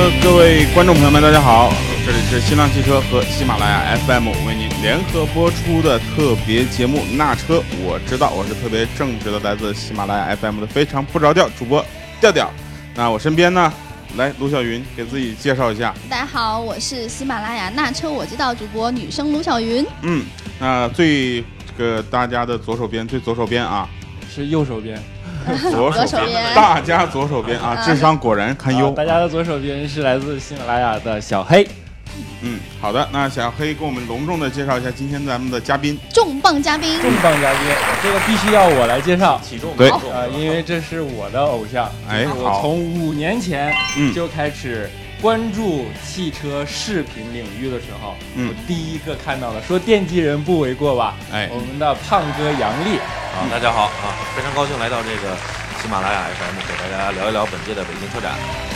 各位观众朋友们，大家好，这里是新浪汽车和喜马拉雅 FM 为您联合播出的特别节目《那车我知道》，我是特别正直的来自喜马拉雅 FM 的非常不着调主播调调。那我身边呢，来卢晓云给自己介绍一下。 大家好，我是喜马拉雅那车我知道主播女生卢晓云。 那大家的左手边，最左手边啊， 是右手边。 左手边，大家左手边啊，智商果然堪忧。 大家的左手边是来自喜马拉雅的小黑。 好的，那小黑给我们隆重的介绍一下今天咱们的嘉宾， 重磅嘉宾， 这个必须要我来介绍， 体重对因为这是我的偶像。我从5年前就开始关注汽车视频领域的时候，我第一个看到的，说奠基人不为过吧？我们的胖哥杨丽。 大家好啊，非常高兴来到这个喜马拉雅 FM， 给大家聊一聊本届的北京车展。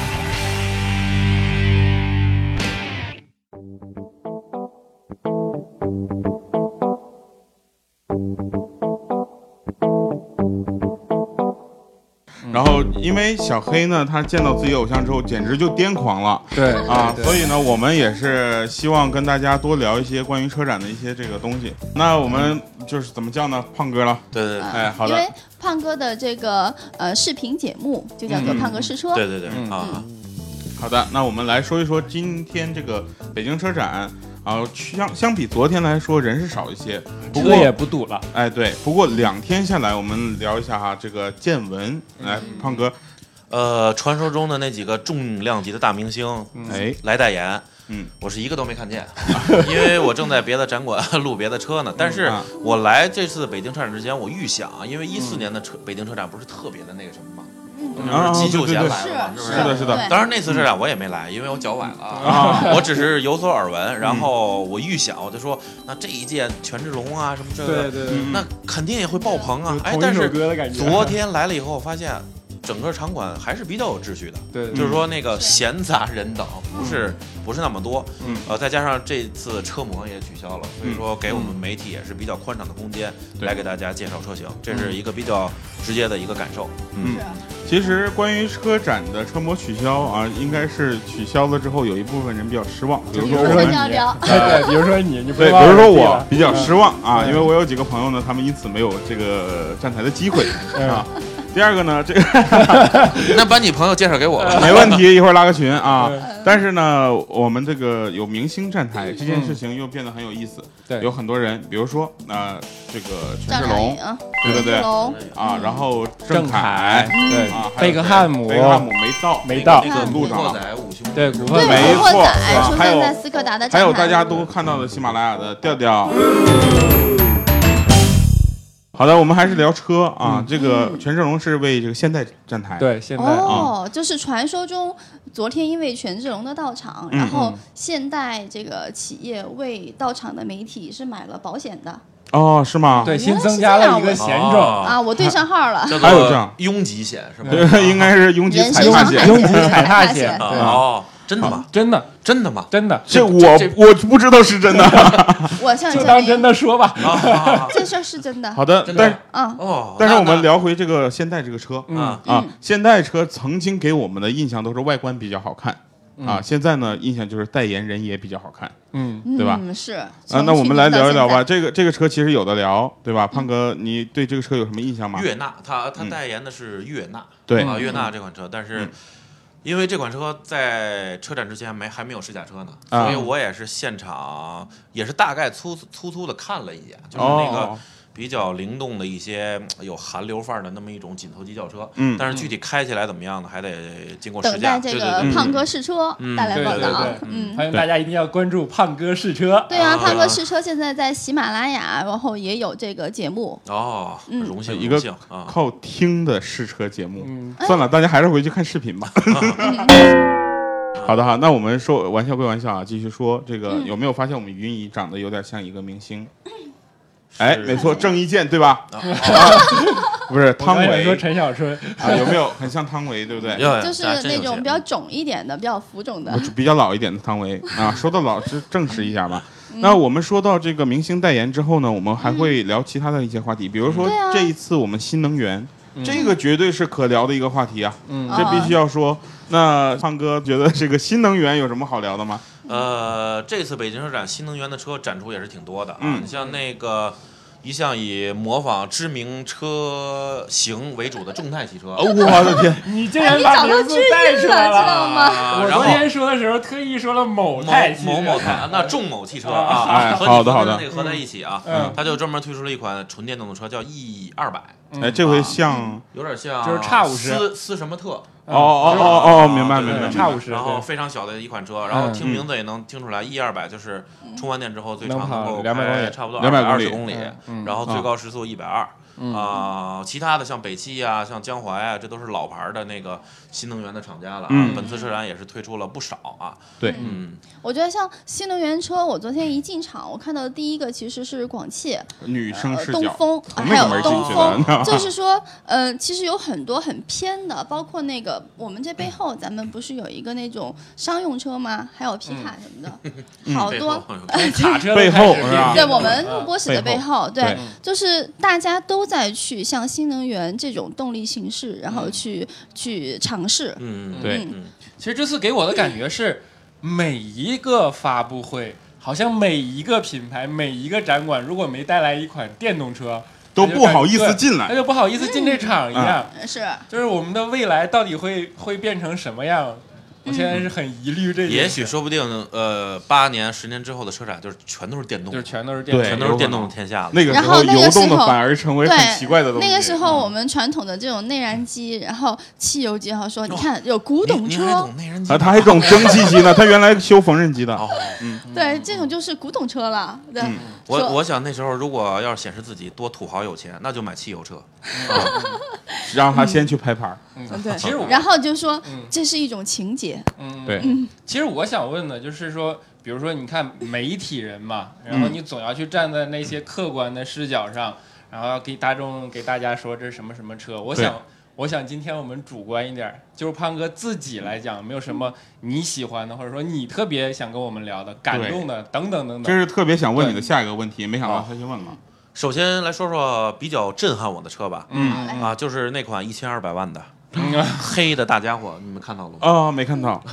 然后因为小黑呢，他见到自己偶像之后简直就癫狂了， 对， 所以呢我们也是希望跟大家多聊一些关于车展的一些这个东西。那我们就是怎么叫呢？胖哥了。 对， 好的。 因为胖哥的这个视频节目就叫做胖哥试车。 对好的，那我们来说一说今天这个北京车展。相比昨天来说人是少一些，不过车也不堵了。 对，不过2天下来我们聊一下哈这个见闻。来，胖哥， 传说中的那几个重量级的大明星，来代言，我是一个都没看见，因为我正在别的展馆录别的车呢。但是我来这次北京车展之前，我预想，因为14年的北京车展不是特别的那个什么吗？急救前来了嘛，是不是的。 当然那次车展我也没来，因为我脚崴了我只是有所耳闻。然后我预想，我就说，那这一届权志龙啊什么这个，那肯定也会爆棚啊。但是昨天来了以后，发现整个场馆还是比较有秩序的，就是说那个闲杂人等不是那么多，再加上这次车模也取消了，所以说给我们媒体也是比较宽敞的空间来给大家介绍车型，这是一个比较直接的一个感受。 其实关于车展的车模取消啊，应该是取消了之后，有一部分人比较失望，比如说我们， 比如说你对，比如说我比较失望啊，因为我有几个朋友呢，他们因此没有这个站台的机会啊。第二个呢，这个那把你朋友介绍给我吧， 没问题，一会儿拉个群啊。但是呢，我们这个有明星站台这件事情又变得很有意思。有很多人，比如说这个权志龙，对啊，然后郑恺， 对啊， 贝克汉姆没到， 那个路上了， 对， 古惑仔出现在斯柯达的站台， 还有大家都看到的喜马拉雅的调调。好的，我们还是聊车啊。这个权志龙是为这个现代站台， 对，现代就是传说中昨天因为权志龙的到场，然后现代这个企业为到场的媒体是买了保险的。 是吗？ 对，新增加了一个险种啊，我对上号了。 还有这样拥挤险是吗？ 对，应该是拥挤踩踏险。 拥挤踩踏险。 真的吗？ 真的， 这我不知道是真的。 我向你就当真的说吧。 这事儿是真的。 好的，但是我们聊回这个现代这个车现代车曾经给我们的印象都是外观比较好看现在呢印象就是代言人也比较好看，对吧？ 是那我们来聊一聊吧。这个车其实有的聊，对吧？胖哥，你对这个车有什么印象吗？ 悦纳，他代言的是悦纳， 对悦纳这款车，但是。因为这款车在车展之前还没有试驾车呢，所以我也是现场也是大概粗粗的看了一眼，就是那个比较灵动的一些有韩流范儿的那么一种紧凑级轿车，但是具体开起来怎么样呢，还得经过试驾。 等待这个胖哥试车带来报道。 欢迎大家一定要关注胖哥试车。 对啊，胖哥试车现在在喜马拉雅，然后也有这个节目。 荣幸一个靠听的试车节目。算了，大家还是回去看视频吧。好的，那我们说玩笑归玩笑啊，继续说这个有没有发现我们云姨长得有点像一个明星？没错，郑伊健对吧？不是汤唯， 说陈小春有没有很像汤唯，对不对？ 就是那种比较肿一点的，比较浮肿的， 比较老一点的汤唯啊。说到老，证实一下吧。那我们说到这个明星代言之后呢，我们还会聊其他的一些话题，比如说这一次我们新能源，这个绝对是可聊的一个话题啊。这必须要说， 那胖哥觉得这个新能源有什么好聊的吗？ 这次北京车展新能源的车展出也是挺多的啊，你像那个。一向以模仿知名车型为主的众泰汽车， 我的天， 你竟然把名字带出来了， 知道吗？ 我昨天说的时候特意说了某泰汽车， 某泰，那众某汽车啊， 好的， 那个合在一起啊，他就专门推出了一款纯电动的车，叫 E200， 这回像有点像就是X50 斯什么特。 明白 ，X50， 然后非常小的一款车，然后听名字也能听出来，E200就是充完电之后最长能够 200公里， 差不多 220 公里，然后最高时速120。其他的像北汽啊，像江淮啊，这都是老牌的那个新能源的厂家了。本次车展也是推出了不少啊。 对， 我觉得像新能源车，我昨天一进场，我看到的第一个其实是广汽女生视角， 东风，还有东风，就是说，其实有很多很偏的，包括那个我们这背后，咱们不是有一个那种商用车吗？还有皮卡什么的，好多卡车背后， 对我们录播室的背后，对，就是大家都在去像新能源这种动力形式，然后去尝试。 对。 其实这次给我的感觉是，每一个发布会，好像每一个品牌、每一个展馆，如果没带来一款电动车， 都不好意思进来， 那就不好意思进这场一样。 是， 就是我们的未来到底会变成什么样？我现在是很疑虑这。 也许说不定，8年、10年之后的车展就是全都是电动， 就是全都是电动， 全都是电动的天下了。 那个时候油动的反而成为很奇怪的东西。 那个时候我们传统的这种内燃机，然后汽油机，然后说你看有古董车， 你还懂内燃机？ 他还懂蒸汽机呢，他原来修缝纫机的。 对，这种就是古董车了。对， 我想那时候如果要是显示自己多土豪有钱，那就买汽油车， 让他先去拍牌。 对，其实然后就说这是一种情节。 对。 其实我想问的就是说，比如说你看媒体人嘛，然后你总要去站在那些客观的视角上，然后要给大家说这是什么什么车。我想今天我们主观一点，就是胖哥自己来讲，没有什么你喜欢的，或者说你特别想跟我们聊的、感动的等等等等。 这是特别想问你的下一个问题，没想到他先问了。 首先来说说比较震撼我的车吧，就是那款1200万的。黑的大家伙，你们看到了吗？ 没看到。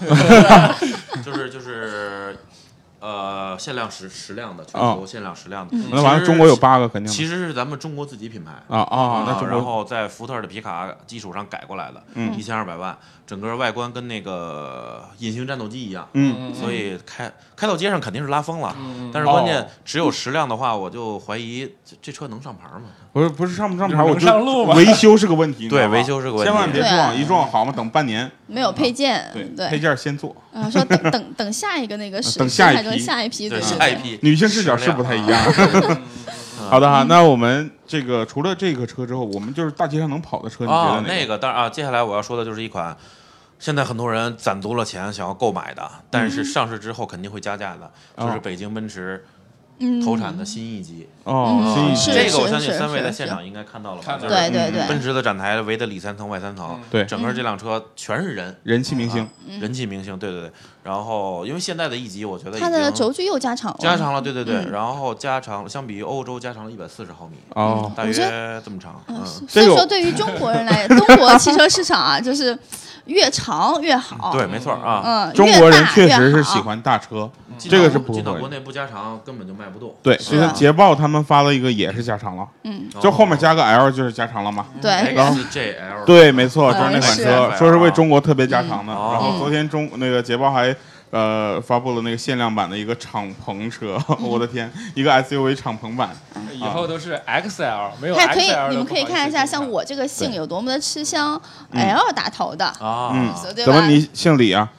就是限量实量的，全球限量实量的。 那完了，中国有8个肯定。 其实是咱们中国自己品牌然后在福特的皮卡基础上改过来的，1200万，整个外观跟那个隐形战斗机一样，所以开到街上肯定是拉风了。但是关键只有实量的话，我就怀疑这车能上牌吗？ 不是上不上牌，我上路吗？ 维修是个问题。 对，维修是个问题， 千万别撞，一撞好嘛，等半年。 没有配件， 对，配件先做。 说等下一个那个等下一批， 对，下一批。 女性视角是不太一样。好的哈，那我们这个除了这个车之后，我们就是大街上能跑的车，你觉得那个当然接下来我要说的就是一款现在很多人攒足了钱想要购买的，但是上市之后肯定会加价的，就是北京奔驰投产的新 E 级。 新 E 级这个我相信3位在现场应该看到了吧？ 对对对， 奔驰的展台围的里3层外3层， 对， 整个这辆车全是人气明星， 人气明星，对对对。然后因为现在的 E 级，我觉得它的轴距又加长了， 对对对，然后加长相比于欧洲加长了140毫米，大约这么长。 所以说对于中国人来，中国汽车市场啊，就是越长越好。 对，没错啊。 中国人确实是喜欢大车，这个是不进到国内不加长根本就卖不动。 对，就像捷豹他们发了一个也是加长了，就后面加个 L 就是加长了嘛。 对， 然后 XJL， 对，没错，就是那款车，说是为中国特别加长的。然后昨天那个捷豹还发布了那个限量版的一个敞篷车，我的天，一个 SUV 敞篷版， 以后都是 XL， 没有 XL。可以， 你们可以看一下，像我这个姓有多么的吃香 ，L 打头的怎么你姓李啊？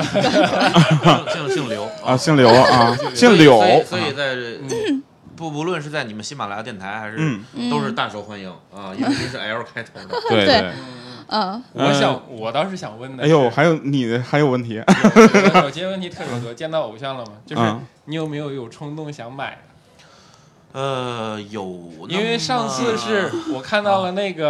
姓刘啊，姓刘啊，姓柳。 所以在不论是在你们喜马拉雅电台还是都是大受欢迎啊，因为您是 L 开头的。 对对。 我倒是想问的。 哎呦，还有问题？ 我今天问题特别多。见到偶像了吗？就是你有没有冲动想买？ 有。 因为上次是我看到了那个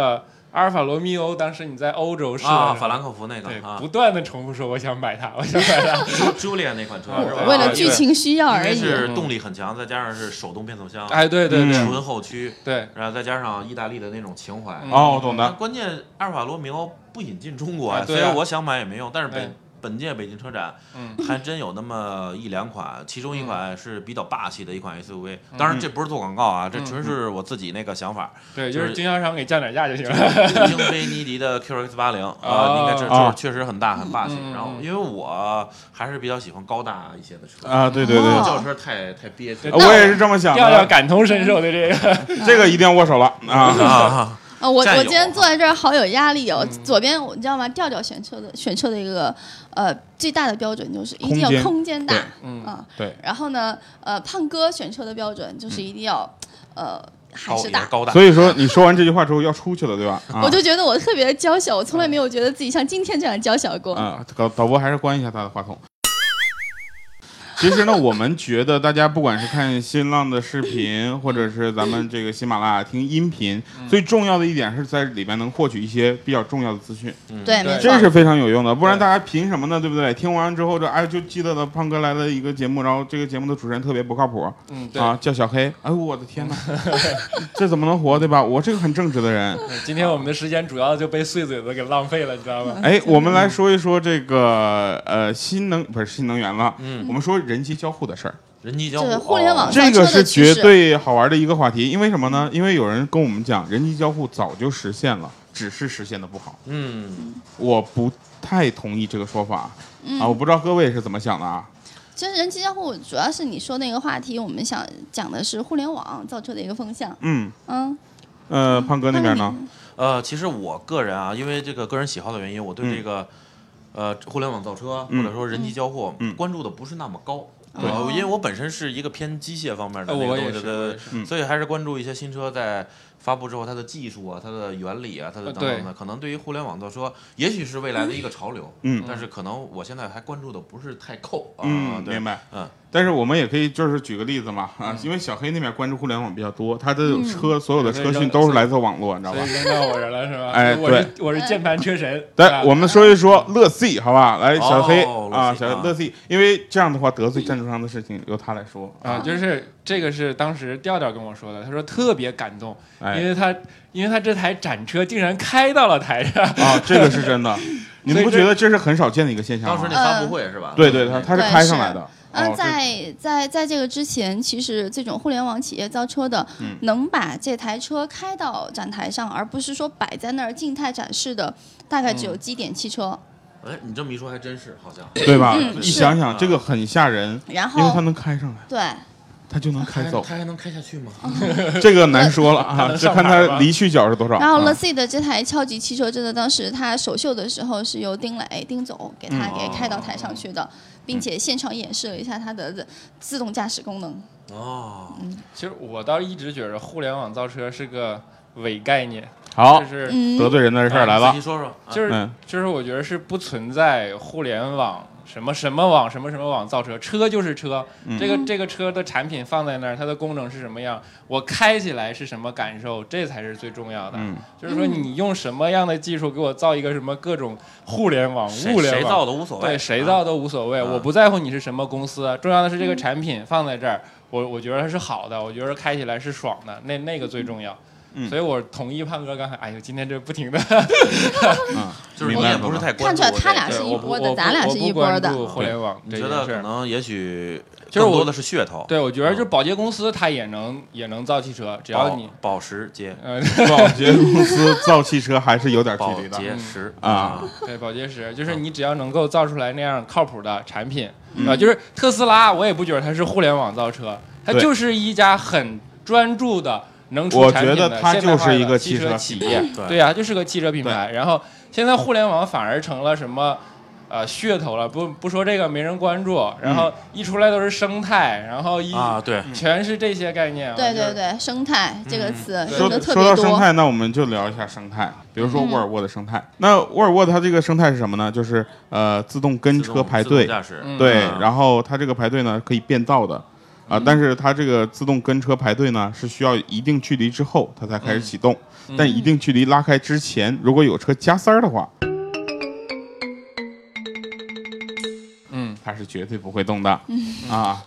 阿尔法罗密欧当时你在欧洲试的法兰克福那个， 对，不断的重复说我想买它，我想买它。 Julia 那款车是吧？ 为了剧情需要而已。 是动力很强，再加上是手动变速箱， 哎，对， 纯后驱， 对， 然后再加上意大利的那种情怀。 哦，懂的。 关键阿尔法罗密欧不引进中国，所以我想买也没用。但是本届北京车展，还真有那么1-2款，其中一款是比较霸气的一款 SUV。当然，这不是做广告啊，这纯是我自己那个想法。 对，就是经销商给降点价就行了。 英菲尼迪的 QX80，应该就是确实很大很霸气。然后，因为我还是比较喜欢高大一些的车啊，对， 轿车太憋屈。 我也是这么想的。 调调感同身受的这个， 这个一定要握手了啊。 我今天坐在这儿好有压力哦。左边你知道吗？调调选车的一个最大的标准就是一定要空间大， 对。 然后呢，胖哥选车的标准就是一定要还是大。 所以说你说完这句话之后要出去了，对吧？ 我就觉得我特别的娇小，我从来没有觉得自己像今天这样娇小过。 导播还是关一下他的话筒。其实呢，我们觉得大家不管是看新浪的视频，或者是咱们这个喜马拉雅听音频，最重要的一点是在里面能获取一些比较重要的资讯。 对， 这是非常有用的，不然大家凭什么呢？对不对？听完之后就记得了胖哥来了一个节目，然后这个节目的主持人特别不靠谱，叫小黑。哎呦我的天哪，这怎么能活，对吧？我这个很正直的人。 今天我们的时间主要就被碎嘴子给浪费了，你知道吗？ 哎，我们来说一说这个不是新能源了，我们说人机交互的事儿。 人机交互， 互联网这个是绝对好玩的一个话题。因为什么呢？因为有人跟我们讲，人机交互早就实现了，只是实现的不好。我不太同意这个说法我不知道各位是怎么想的啊。 其实人机交互主要是你说那个话题，我们想讲的是互联网造车的一个风向。 胖哥那边呢？ 其实我个人啊，因为这个个人喜好的原因，我对这个互联网造车或者说人机交互关注的不是那么高。因为我本身是一个偏机械方面的那个东西，所以还是关注一些新车在发布之后它的技术啊、它的原理啊、它的等等的。可能对于互联网造车，也许是未来的一个潮流，但是可能我现在还关注的不是太够明白，但是我们也可以就是举个例子嘛因为小黑那边关注互联网比较多，他的车所有的车讯都是来自网络，你知道吧？ 扔到我这了是吧？ 哎，对， 我是键盘车神。 对，我们说一说乐 C 好吧？来，小黑小乐 C， 因为这样的话得罪赞助商的事情由他来说就是这个是当时调调跟我说的，他说特别感动，因为他这台展车竟然开到了台上这个是真的。你们不觉得这是很少见的一个现象吗？ 当时那发布会是吧？ 对，他是开上来的。 在这个之前，其实这种互联网企业造车的，能把这台车开到展台上，而不是说摆在那儿静态展示的，大概只有基点汽车。 哎，你这么一说还真是，好像对吧？你想想，这个很吓人， 然后因为它能开上来， 对， 它就能开走， 它还能开下去吗？ 这个难说了就看它离去角是多少。 然后 LeC 的这台超级汽车，真的当时他首秀的时候是由丁总给开到台上去的。并且现场演示了一下它的自动驾驶功能。 其实我倒一直觉得互联网造车是个伪概念。 好， 就是得罪人的事儿来了。 你说说， 就是我觉得是不存在互联网什么什么网造车，车就是车，这个车的产品放在那儿，它的功能是什么样，我开起来是什么感受，这才是最重要的。就是说你用什么样的技术给我造一个什么各种互联网、物联网， 谁造都无所谓， 对，谁造都无所谓，我不在乎你是什么公司，重要的是这个产品放在这儿，我觉得它是好的，我觉得开起来是爽的，那个最重要。所以我同意胖哥刚才，哎呦，今天这不停的， 就是你也不是太关注， 看出来他俩是一波的，咱俩是一波的。 互联网， 你觉得可能也许更多的是噱头。 对，我觉得就是保洁公司它也能造汽车，只要你保时捷， 保洁公司造汽车还是有点距离的。 保洁石对，保洁石就是你只要能够造出来那样靠谱的产品就是特斯拉，我也不觉得它是互联网造车，它就是一家很专注的。能出产品的它就是一个汽车企业，对呀，就是个汽车品牌。然后现在互联网反而成了什么噱头了，不说这个没人关注，然后一出来都是生态，然后对， 全是这些概念。 对，生态这个词说到生态，那我们就聊一下生态。比如说沃尔沃的生态，那沃尔沃它这个生态是什么呢？就是自动跟车排队，对，然后它这个排队呢可以变道的。 但是它这个自动跟车排队呢，是需要一定距离之后它才开始启动，但一定距离拉开之前，如果有车加塞的话，它是绝对不会动的啊。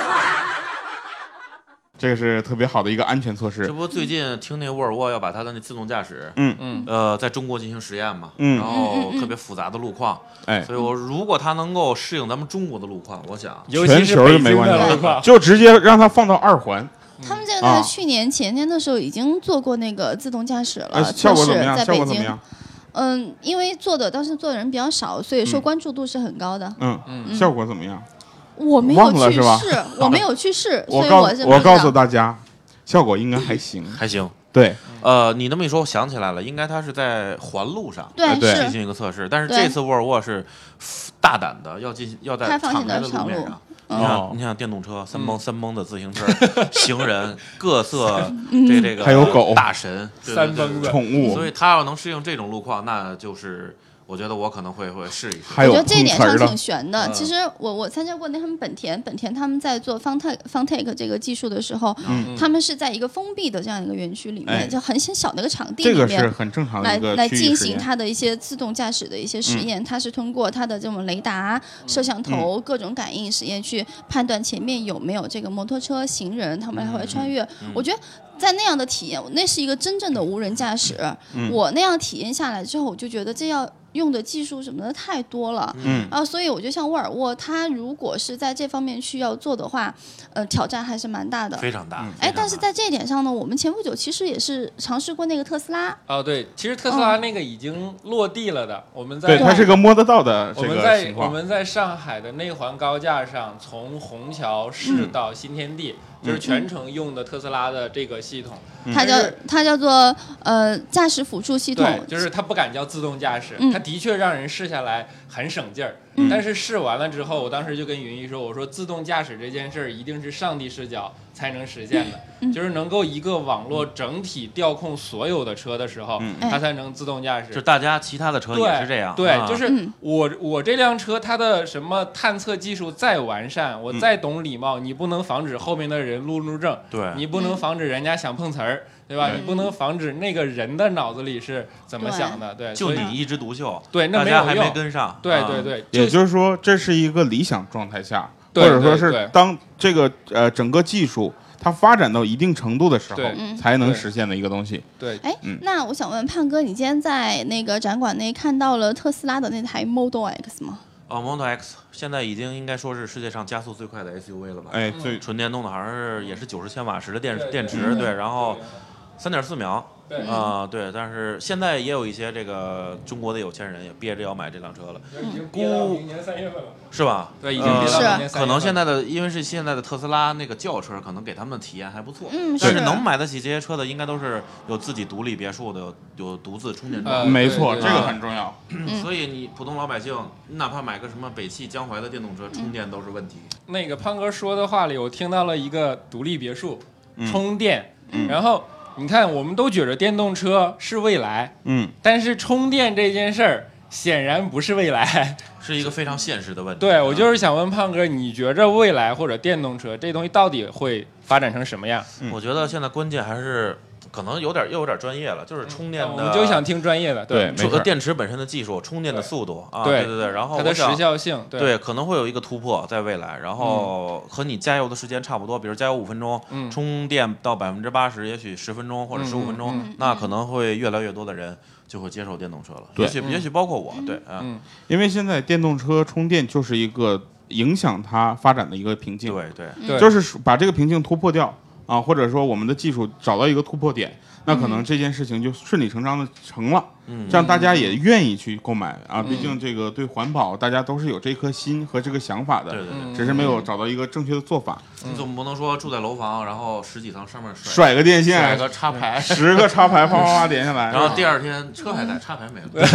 这个是特别好的一个安全措施。 这不最近听那沃尔沃要把它的那自动驾驶，在中国进行实验嘛，然后特别复杂的路况，所以如果它能够适应咱们中国的路况，我想全球就没关系了，就直接让它放到2环。 他们这个在去年前年的时候已经做过那个自动驾驶了， 效果怎么样？ 在北京。因为当时做的人比较少，所以说关注度是很高的。 效果怎么样？ 我没有去试，我没有去试，所以我告诉大家，效果应该还行， 还行。 对， 你那么一说，我想起来了，应该它是在环路上进行一个测试，但是这次沃尔沃是大胆的要在敞开的路面上。你像电动车、三蹦的自行车、行人、各色这个还有狗、 大神、 三蹦宠物， 所以它要能适应这种路况，那就是我觉得我可能会试一试。 我觉得这一点上挺悬的。其实我参加过他们本田他们在做 Funtech 这个技术的时候，他们是在一个封闭的这样一个园区里面，就很小的一个场地里面， 这个是很正常的一个来进行它的一些自动驾驶的一些实验。它是通过它的这种雷达、摄像头各种感应实验去判断前面有没有这个摩托车、行人，他们来回穿越。我觉得在那样的体验，那是一个真正的无人驾驶。我那样体验下来之后，我就觉得这要用的技术什么的太多了，所以我觉得像沃尔沃，它如果是在这方面去要做的话，挑战还是蛮大的， 非常大。 但是在这一点上呢，我们前不久其实也是尝试过那个特斯拉。 对，其实特斯拉那个已经落地了的，我们在对，它是个摸得到的这个情况。 我们在上海的内环高架上，从虹桥市到新天地。就是全程用的特斯拉的这个系统， 它叫做驾驶辅助系统。 对，就是它不敢叫自动驾驶，它的确让人试下来很省劲儿。但是试完了之后，我当时就跟云一说，我说自动驾驶这件事儿一定是上帝视角才能实现的，就是能够一个网络整体调控所有的车的时候，它才能自动驾驶。 就大家其他的车也是这样。 对，就是我这辆车它的什么探测技术再完善，我再懂礼貌，你不能防止后面的人路怒症， 对， 你不能防止人家想碰瓷儿。对吧？你不能防止那个人的脑子里是怎么想的，对， 就你一枝独秀， 对，那大家还没跟上， 对对对。 也就是说，这是一个理想状态下，或者说是当这个整个技术它发展到一定程度的时候，才能实现的一个东西。 对， 那我想问胖哥，你今天在那个展馆内看到了特斯拉的那台 Model X 吗 ？Model X 现在已经应该说是世界上加速最快的 SUV 了吧？ 最纯电动的，好像是也是90千瓦时的电池，对，然后3.4秒，对，但是现在也有一些这个中国的有钱人也憋着要买这辆车了， 已经憋到明年3月份了， 是吧？ 对，已经憋到明年3月份了。 可能现在的因为是现在的特斯拉那个轿车，可能给他们的体验还不错，但是能买得起这些车的，应该都是有自己独立别墅的，有独自充电桩。 没错，这个很重要。 所以你普通老百姓，哪怕买个什么北汽、江淮的电动车，充电都是问题。 那个胖哥说的话里，我听到了一个独立别墅，充电，然后。你看，我们都觉得电动车是未来，但是充电这件事儿显然不是未来， 是一个非常现实的问题。 对，我就是想问胖哥，你觉着未来或者电动车这东西到底会发展成什么样？ 我觉得现在关键还是可能又有点专业了，就是充电的， 我们就想听专业的，对， 电池本身的技术、充电的速度啊， 对， 然后它的时效性， 对，可能会有一个突破在未来，然后和你加油的时间差不多，比如加油5分钟，充电到80%，也许10分钟或者15分钟，那可能会越来越多的人就会接受电动车了，也许包括我，对， 因为现在电动车充电就是一个影响它发展的一个瓶颈， 对， 就是把这个瓶颈突破掉。或者说我们的技术找到一个突破点，那可能这件事情就顺理成章的成了，这样大家也愿意去购买啊。毕竟这个对环保，大家都是有这颗心和这个想法的， 对， 只是没有找到一个正确的做法。 你总不能说住在楼房，然后10几层上面甩个电线， 甩个插排 ，10个插排啪啪啪点下来， 然后第二天车还在，插排没了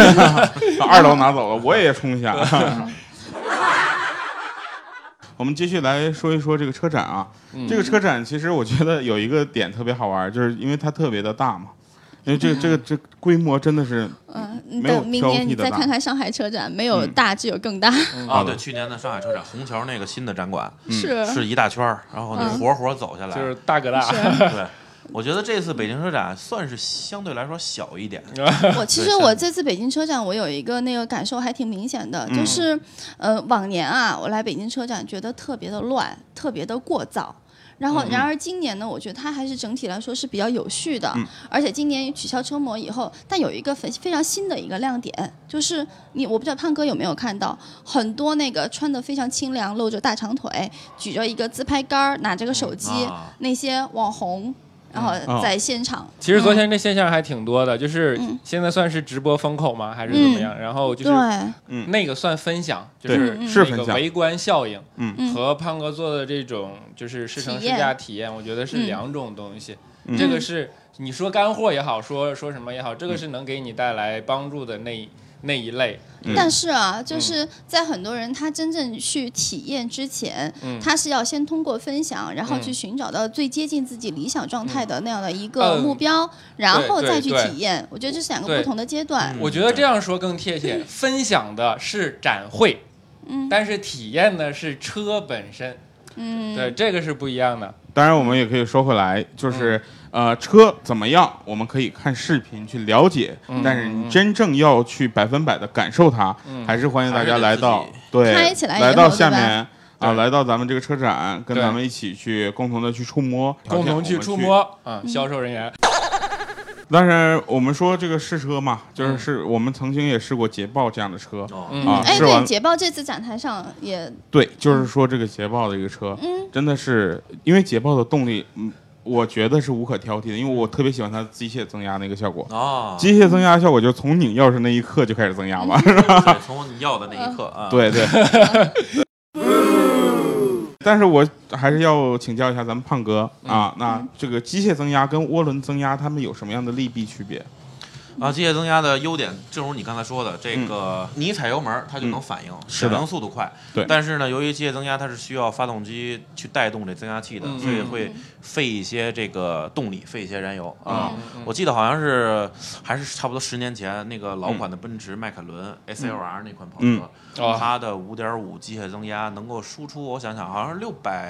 ，2楼拿走了，我也充一下。我们继续来说一说这个车展啊，这个车展其实我觉得有一个点特别好玩，就是因为它特别的大嘛， 因为这规模真的是， 等明年你再看看上海车展，没有大只有更大。 对，去年的上海车展，虹桥那个新的展馆是一大圈，然后那活走下来， 就是大哥大。 对。我觉得这次北京车展算是相对来说小一点。 其实我这次北京车展，我有一个那个感受还挺明显的，就是往年啊，我来北京车展觉得特别的乱，特别的过躁。然而今年呢，我觉得它还是整体来说是比较有序的，而且今年取消车模以后，但有一个非常新的一个亮点，就是我不知道胖哥有没有看到，很多那个穿得非常清凉、露着大长腿、举着一个自拍杆、拿着个手机那些网红。然后在现场， 其实昨天这现象还挺多的，就是现在算是直播风口吗？还是怎么样？然后就是那个算分享，就是那个围观效应，和胖哥做的这种就是试乘试驾体验，我觉得是两种东西。这个是你说干货也好，说什么也好，这个是能给你带来帮助的那一类。 但是啊，就是在很多人他真正去体验之前，他是要先通过分享，然后去寻找到最接近自己理想状态的那样的一个目标，然后再去体验。我觉得这是两个不同的阶段。 我觉得这样说更贴切，分享的是展会，但是体验的是车本身。对，这个是不一样的。 当然，我们也可以说回来，就是车怎么样，我们可以看视频去了解，但是你真正要去100%的感受它，还是欢迎大家来到来到下面来到咱们这个车展，跟咱们一起去共同的去触摸， 共同去触摸销售人员。 但是我们说这个试车嘛，就是我们曾经也试过捷豹这样的车对，捷豹这次展台上也对，就是说这个捷豹的一个车，真的是因为捷豹的动力，我觉得是无可挑剔的，因为我特别喜欢它机械增压那个效果。机械增压效果就从拧钥匙那一刻就开始增压吧，是吧？ 对，从你要的那一刻啊。 对。但是我还是要请教一下咱们胖哥那这个机械增压跟涡轮增压，它们有什么样的利弊区别？ 机械增压的优点，正如你刚才说的，这个你一踩油门，它就能反应，响应速度快。 对。 但是呢，由于机械增压它是需要发动机去带动这增压器的，所以会费一些这个动力，费一些燃油我记得好像是还是差不多10年前，那个老款的奔驰迈凯伦 SLR 那款跑车，它的5.5机械增压能够输出，我想想好像是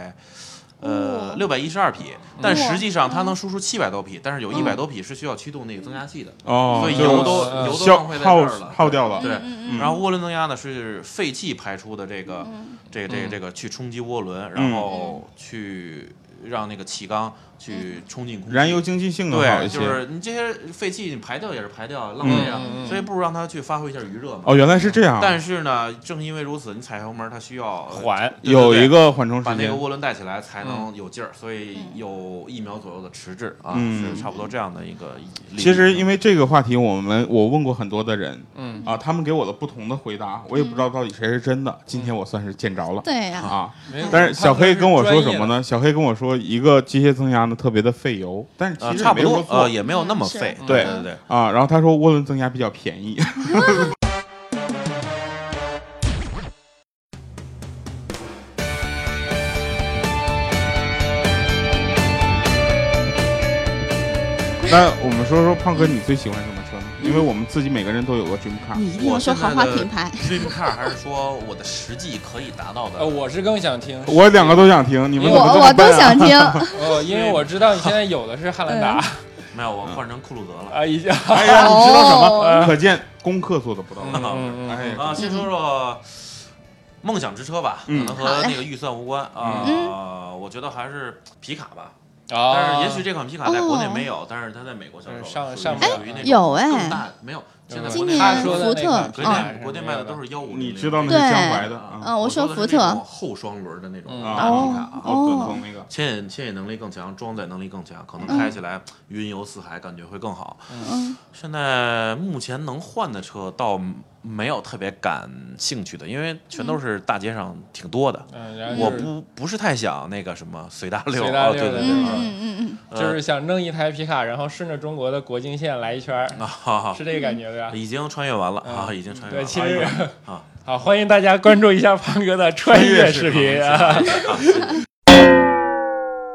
612匹，但实际上它能输出700多匹，但是有100多匹是需要驱动那个增压器的，所以油都浪费在这儿了， 耗掉了。 对，然后涡轮增压呢是废气排出的这个去冲击涡轮，然后去让那个气缸去冲进空气， 燃油经济性更好一些。 对，就是你这些废气你排掉也是排掉，浪费啊，所以不如让它去发挥一下余热嘛。 原来是这样。 但是呢，正因为如此，你踩油门它需要有一个缓冲时间， 把那个涡轮带起来才能有劲儿，所以有1秒左右的迟滞是差不多这样的一个。 其实因为这个话题，我问过很多的人，他们给我的不同的回答，我也不知道到底谁是真的。今天我算是见着了。 对呀。但是小黑跟我说什么呢？小黑跟我说，一个机械增压呢特别的费油，但是其实差不多也没有那么费。对然后他说涡轮增压比较便宜。那我们说胖哥，你最喜欢什么车呢？因为我们自己每个人都有个 dream car。 你一定要说豪华品牌。 dream car 还是说我的实际可以达到的？ 我是更想听。 我两个都想听，你们我都想听。 因为我知道你现在有的是汉兰达。 没有，我换成酷路泽了。 已经。 哎呀，你知道什么？可见功课做的不到。 先说说梦想之车吧，可能和那个预算无关我觉得还是皮卡吧。但是也许这款皮卡在国内没有，但是它在美国销售。 上有更大没有。现在今年福特国内卖的都是150。 你知道那是江淮的我说福特后双轮的那种大皮卡那个牵引能力更强，装载能力更强，可能开起来云游四海感觉会更好。现在目前能换的车倒没有特别感兴趣的，因为全都是大街上挺多的。我不是太想那个什么随大溜。 对，就是想弄一台皮卡，然后顺着中国的国境线来一圈，是这个感觉对吧？ 已经穿越完了已经穿越完了。 对，其实好，欢迎大家关注一下胖哥的穿越视频。 我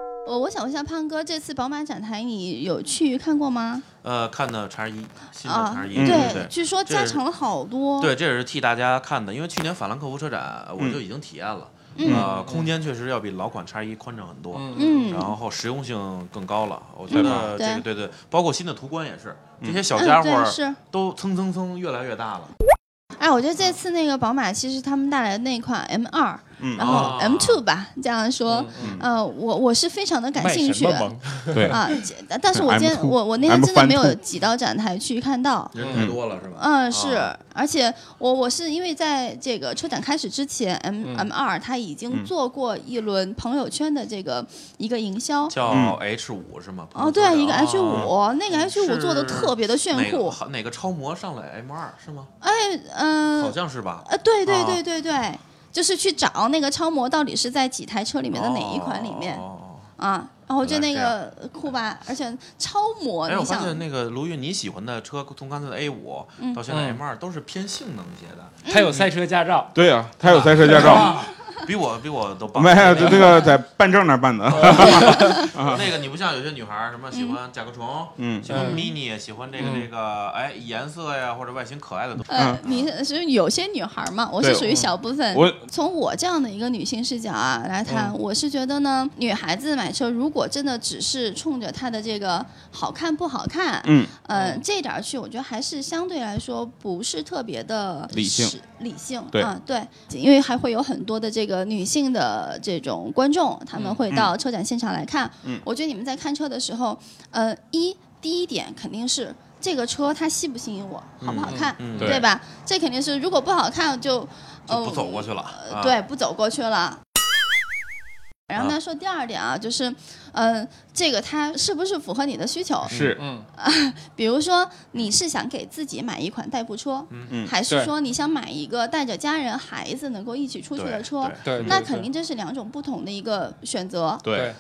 想问一下潘哥，这次宝马展台你有去看过吗？ 看的XE新的XE， 对，据说加长了好多。 对，这也是替大家看的，因为去年法兰克福车展我就已经体验了。空间确实要比老款XE宽敞很多，然后实用性更高了。我觉得这个对，包括新的途观也是，这些小家伙都蹭越来越大了。 哎，我觉得这次那个宝马其实他们带来的那款 M2，然后 M2 吧，这样说，我是非常的感兴趣， 对啊，但是我那天真的没有挤到展台去看到， 人太多了是吧？ 是，而且我是因为在这个车展开始之前，M2 它已经做过一轮朋友圈的这个一个营销， 叫 H5是吗？ 对，一个 H5，那个 H5做的特别的炫酷。 哪个超模上来 M2是吗？好像是吧？ 对，就是去找那个超模到底是在几台车里面的哪一款里面然后就那个酷吧，而且超模。 我发现那个卢玉你喜欢的车，从刚才的 A5到现在 M2 都是偏性能一些的。 他有赛车驾照。 对啊，他有赛车驾照。 比我都棒。 没有，这个在办证那儿办的。 那个你不像有些女孩什么喜欢甲壳虫，喜欢 mini， 喜欢这个颜色呀或者外形可爱的东西。 你是有些女孩嘛，我是属于小部分。从我这样的一个女性视角来谈，我是觉得呢，女孩子买车如果真的只是冲着她的这个好看不好看，这点去，我觉得还是相对来说不是特别的理性。对，因为还会有很多的这个女性的这种观众，他们会到车展现场来看。我觉得你们在看车的时候，第一点肯定是这个车它吸不吸引我，好不好看，对吧？这肯定是，如果不好看就不走过去了。 对，不走过去了。然后呢，说第二点啊，就是，这个它是不是符合你的需求？ 是， 比如说你是想给自己买一款代步车，还是说你想买一个带着家人、孩子能够一起出去的车？ 对， 那肯定这是两种不同的一个选择。 对。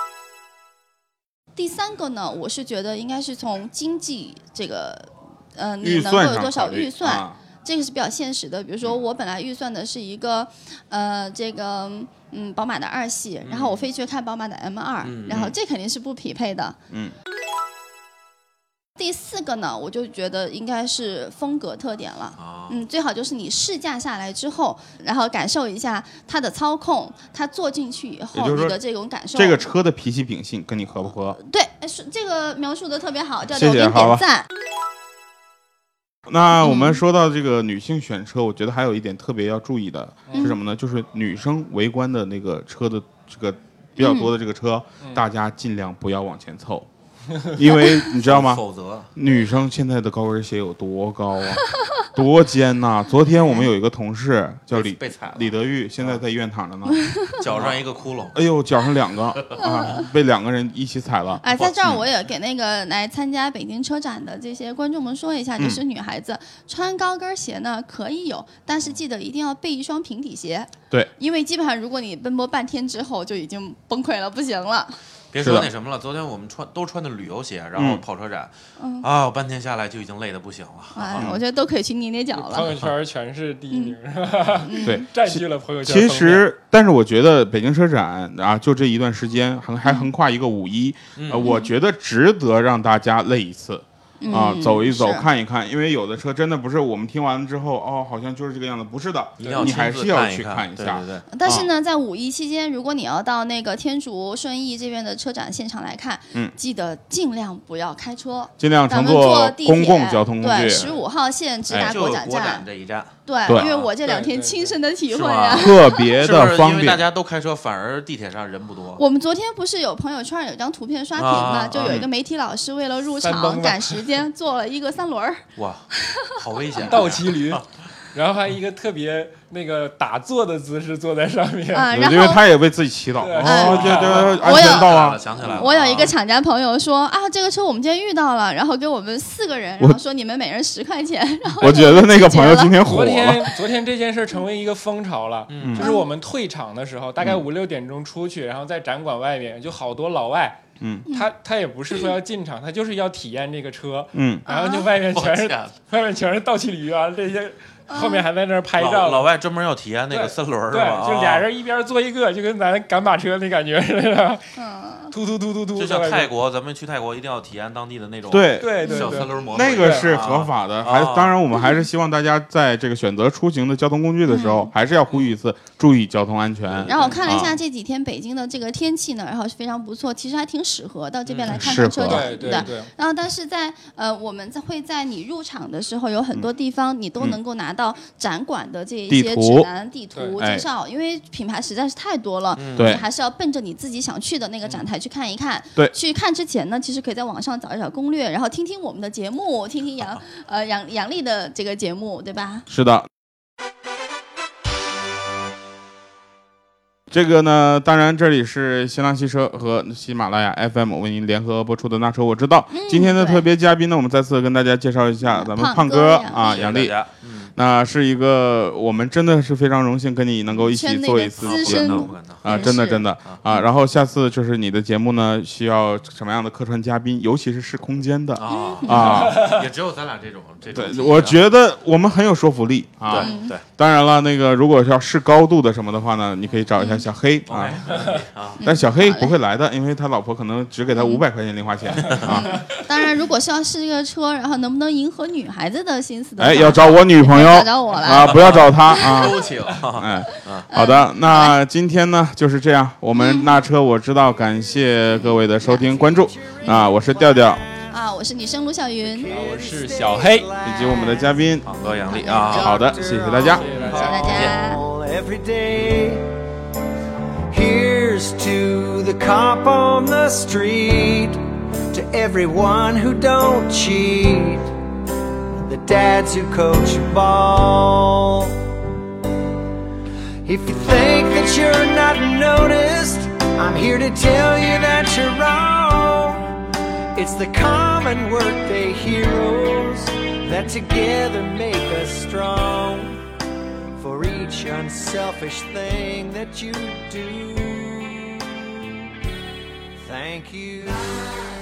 第三个呢，我是觉得应该是从经济这个，你能够有多少预算？这个是比较现实的。比如说我本来预算的是一个，这个。宝马的2系，然后我非去看宝马的 M2，然后这肯定是不匹配的。第四个呢，我就觉得应该是风格特点了。最好就是你试驾下来之后，然后感受一下它的操控，它坐进去以后你的这种感受。 这个车的脾气秉性跟你合不合？ 对，这个描述的特别好，调调，我给你点赞。 那我们说到这个女性选车，我觉得还有一点特别要注意的是什么呢？就是女生围观的那个车的这个比较多的这个车，大家尽量不要往前凑，因为你知道吗？ 否则女生现在的高跟鞋有多高啊，多尖呐！昨天我们有一个同事叫李德玉，现在在医院躺着呢， 脚上一个窟窿， 哎呦，脚上2个被2个人一起踩了。 在这儿我也给那个来参加北京车展的这些观众们说一下，就是女孩子穿高跟鞋呢可以有，但是记得一定要备一双平底鞋。 对， 因为基本上如果你奔波半天之后就已经崩溃了，不行了。 别说那什么了，昨天我们都穿的旅游鞋，然后跑车展，我半天下来就已经累得不行了。 我觉得都可以去捏捏脚了。 朋友圈全是第1名， 对， 占据了朋友圈。 其实，但是我觉得北京车展就这一段时间，还横跨一个5·1，我觉得值得让大家累一次。走一走，看一看，因为有的车真的不是我们听完了之后，好像就是这个样子，不是的，你还是要去看一下。 对。 但是呢，在5·1期间，如果你要到那个天竺、顺义这边的车展现场来看，记得尽量不要开车， 尽量乘坐公共交通工具。 对，15号线直达国展站这一站。 对，因为我这2天亲身的体会啊， 特别的方便。 因为大家都开车，反而地铁上人不多。 我们昨天不是有朋友圈有张图片刷屏吗？就有一个媒体老师为了入场赶时间，做了一个3轮。 哇，好危险！ 倒骑驴。然后还一个特别那个打坐的姿势坐在上面， 因为他也为自己祈祷。这安全到啊！ 想起来了， 我有一个厂家朋友说这个车我们今天遇到了，然后给我们4个人，然后说你们每人10块钱。然后我觉得那个朋友今天火了。 昨天这件事成为一个风潮了，就是我们退场的时候，大概5、6点钟出去，然后在展馆外面就好多老外。他也不是说要进场，他就是要体验这个车。然后就外面全是倒骑驴啊，这些后面还在那儿拍照。 老外专门要体验那个3轮， 对，就俩人一边坐一个，就跟咱赶马车那感觉似的。 突， 就像泰国，咱们去泰国一定要体验当地的那种对小三轮摩托， 那个是合法的。当然我们还是希望大家在这个选择出行的交通工具的时候，还是要呼吁一次，注意交通安全。 然后我看了一下这几天北京的这个天气呢，然后是非常不错，其实还挺适合到这边来看看车展， 对。 然后但是在我们会在你入场的时候，有很多地方你都能够拿到展馆的这一些指南、地图介绍，因为品牌实在是太多了，你还是要奔着你自己想去的那个展台去看一看。 对， 去看之前呢，其实可以在网上找一找攻略，然后听听我们的节目，听听杨丽的这个节目，对吧？ 是的。这个呢，当然这里是新浪汽车和喜马拉雅 FM 为您联合播出的那车我知道。今天的特别嘉宾呢，我们再次跟大家介绍一下咱们胖哥啊，杨丽。那是一个我们真的是非常荣幸跟你能够一起做一次节目啊，真的啊。然后下次就是你的节目呢，需要什么样的客串嘉宾，尤其是试空间的啊， 也只有咱俩这种。 对，我觉得我们很有说服力啊。 对， 当然了，那个如果要试高度的什么的话呢，你可以找一下小黑啊。但小黑不会来的，因为他老婆可能只给他500块钱零花钱啊。 当然，如果是要试这个车，然后能不能迎合女孩子的心思的， 要找我女朋友。 找我来啊！不要找他啊！ 都请。 好的，那今天呢就是这样。我们那车我知道，感谢各位的收听关注啊！我是调调啊，我是女生卢晓云， 我是小黑， 以及我们的嘉宾胖哥杨丽啊。 好的，谢谢大家， 谢谢大家。 Here's to the cop on the street, to everyone who don't cheat, the dads who coach ball. If you think that you're not noticed, I'm here to tell you that you're wrong. It's the common workday heroes that together make us strong. For each unselfish thing that you do, thank you.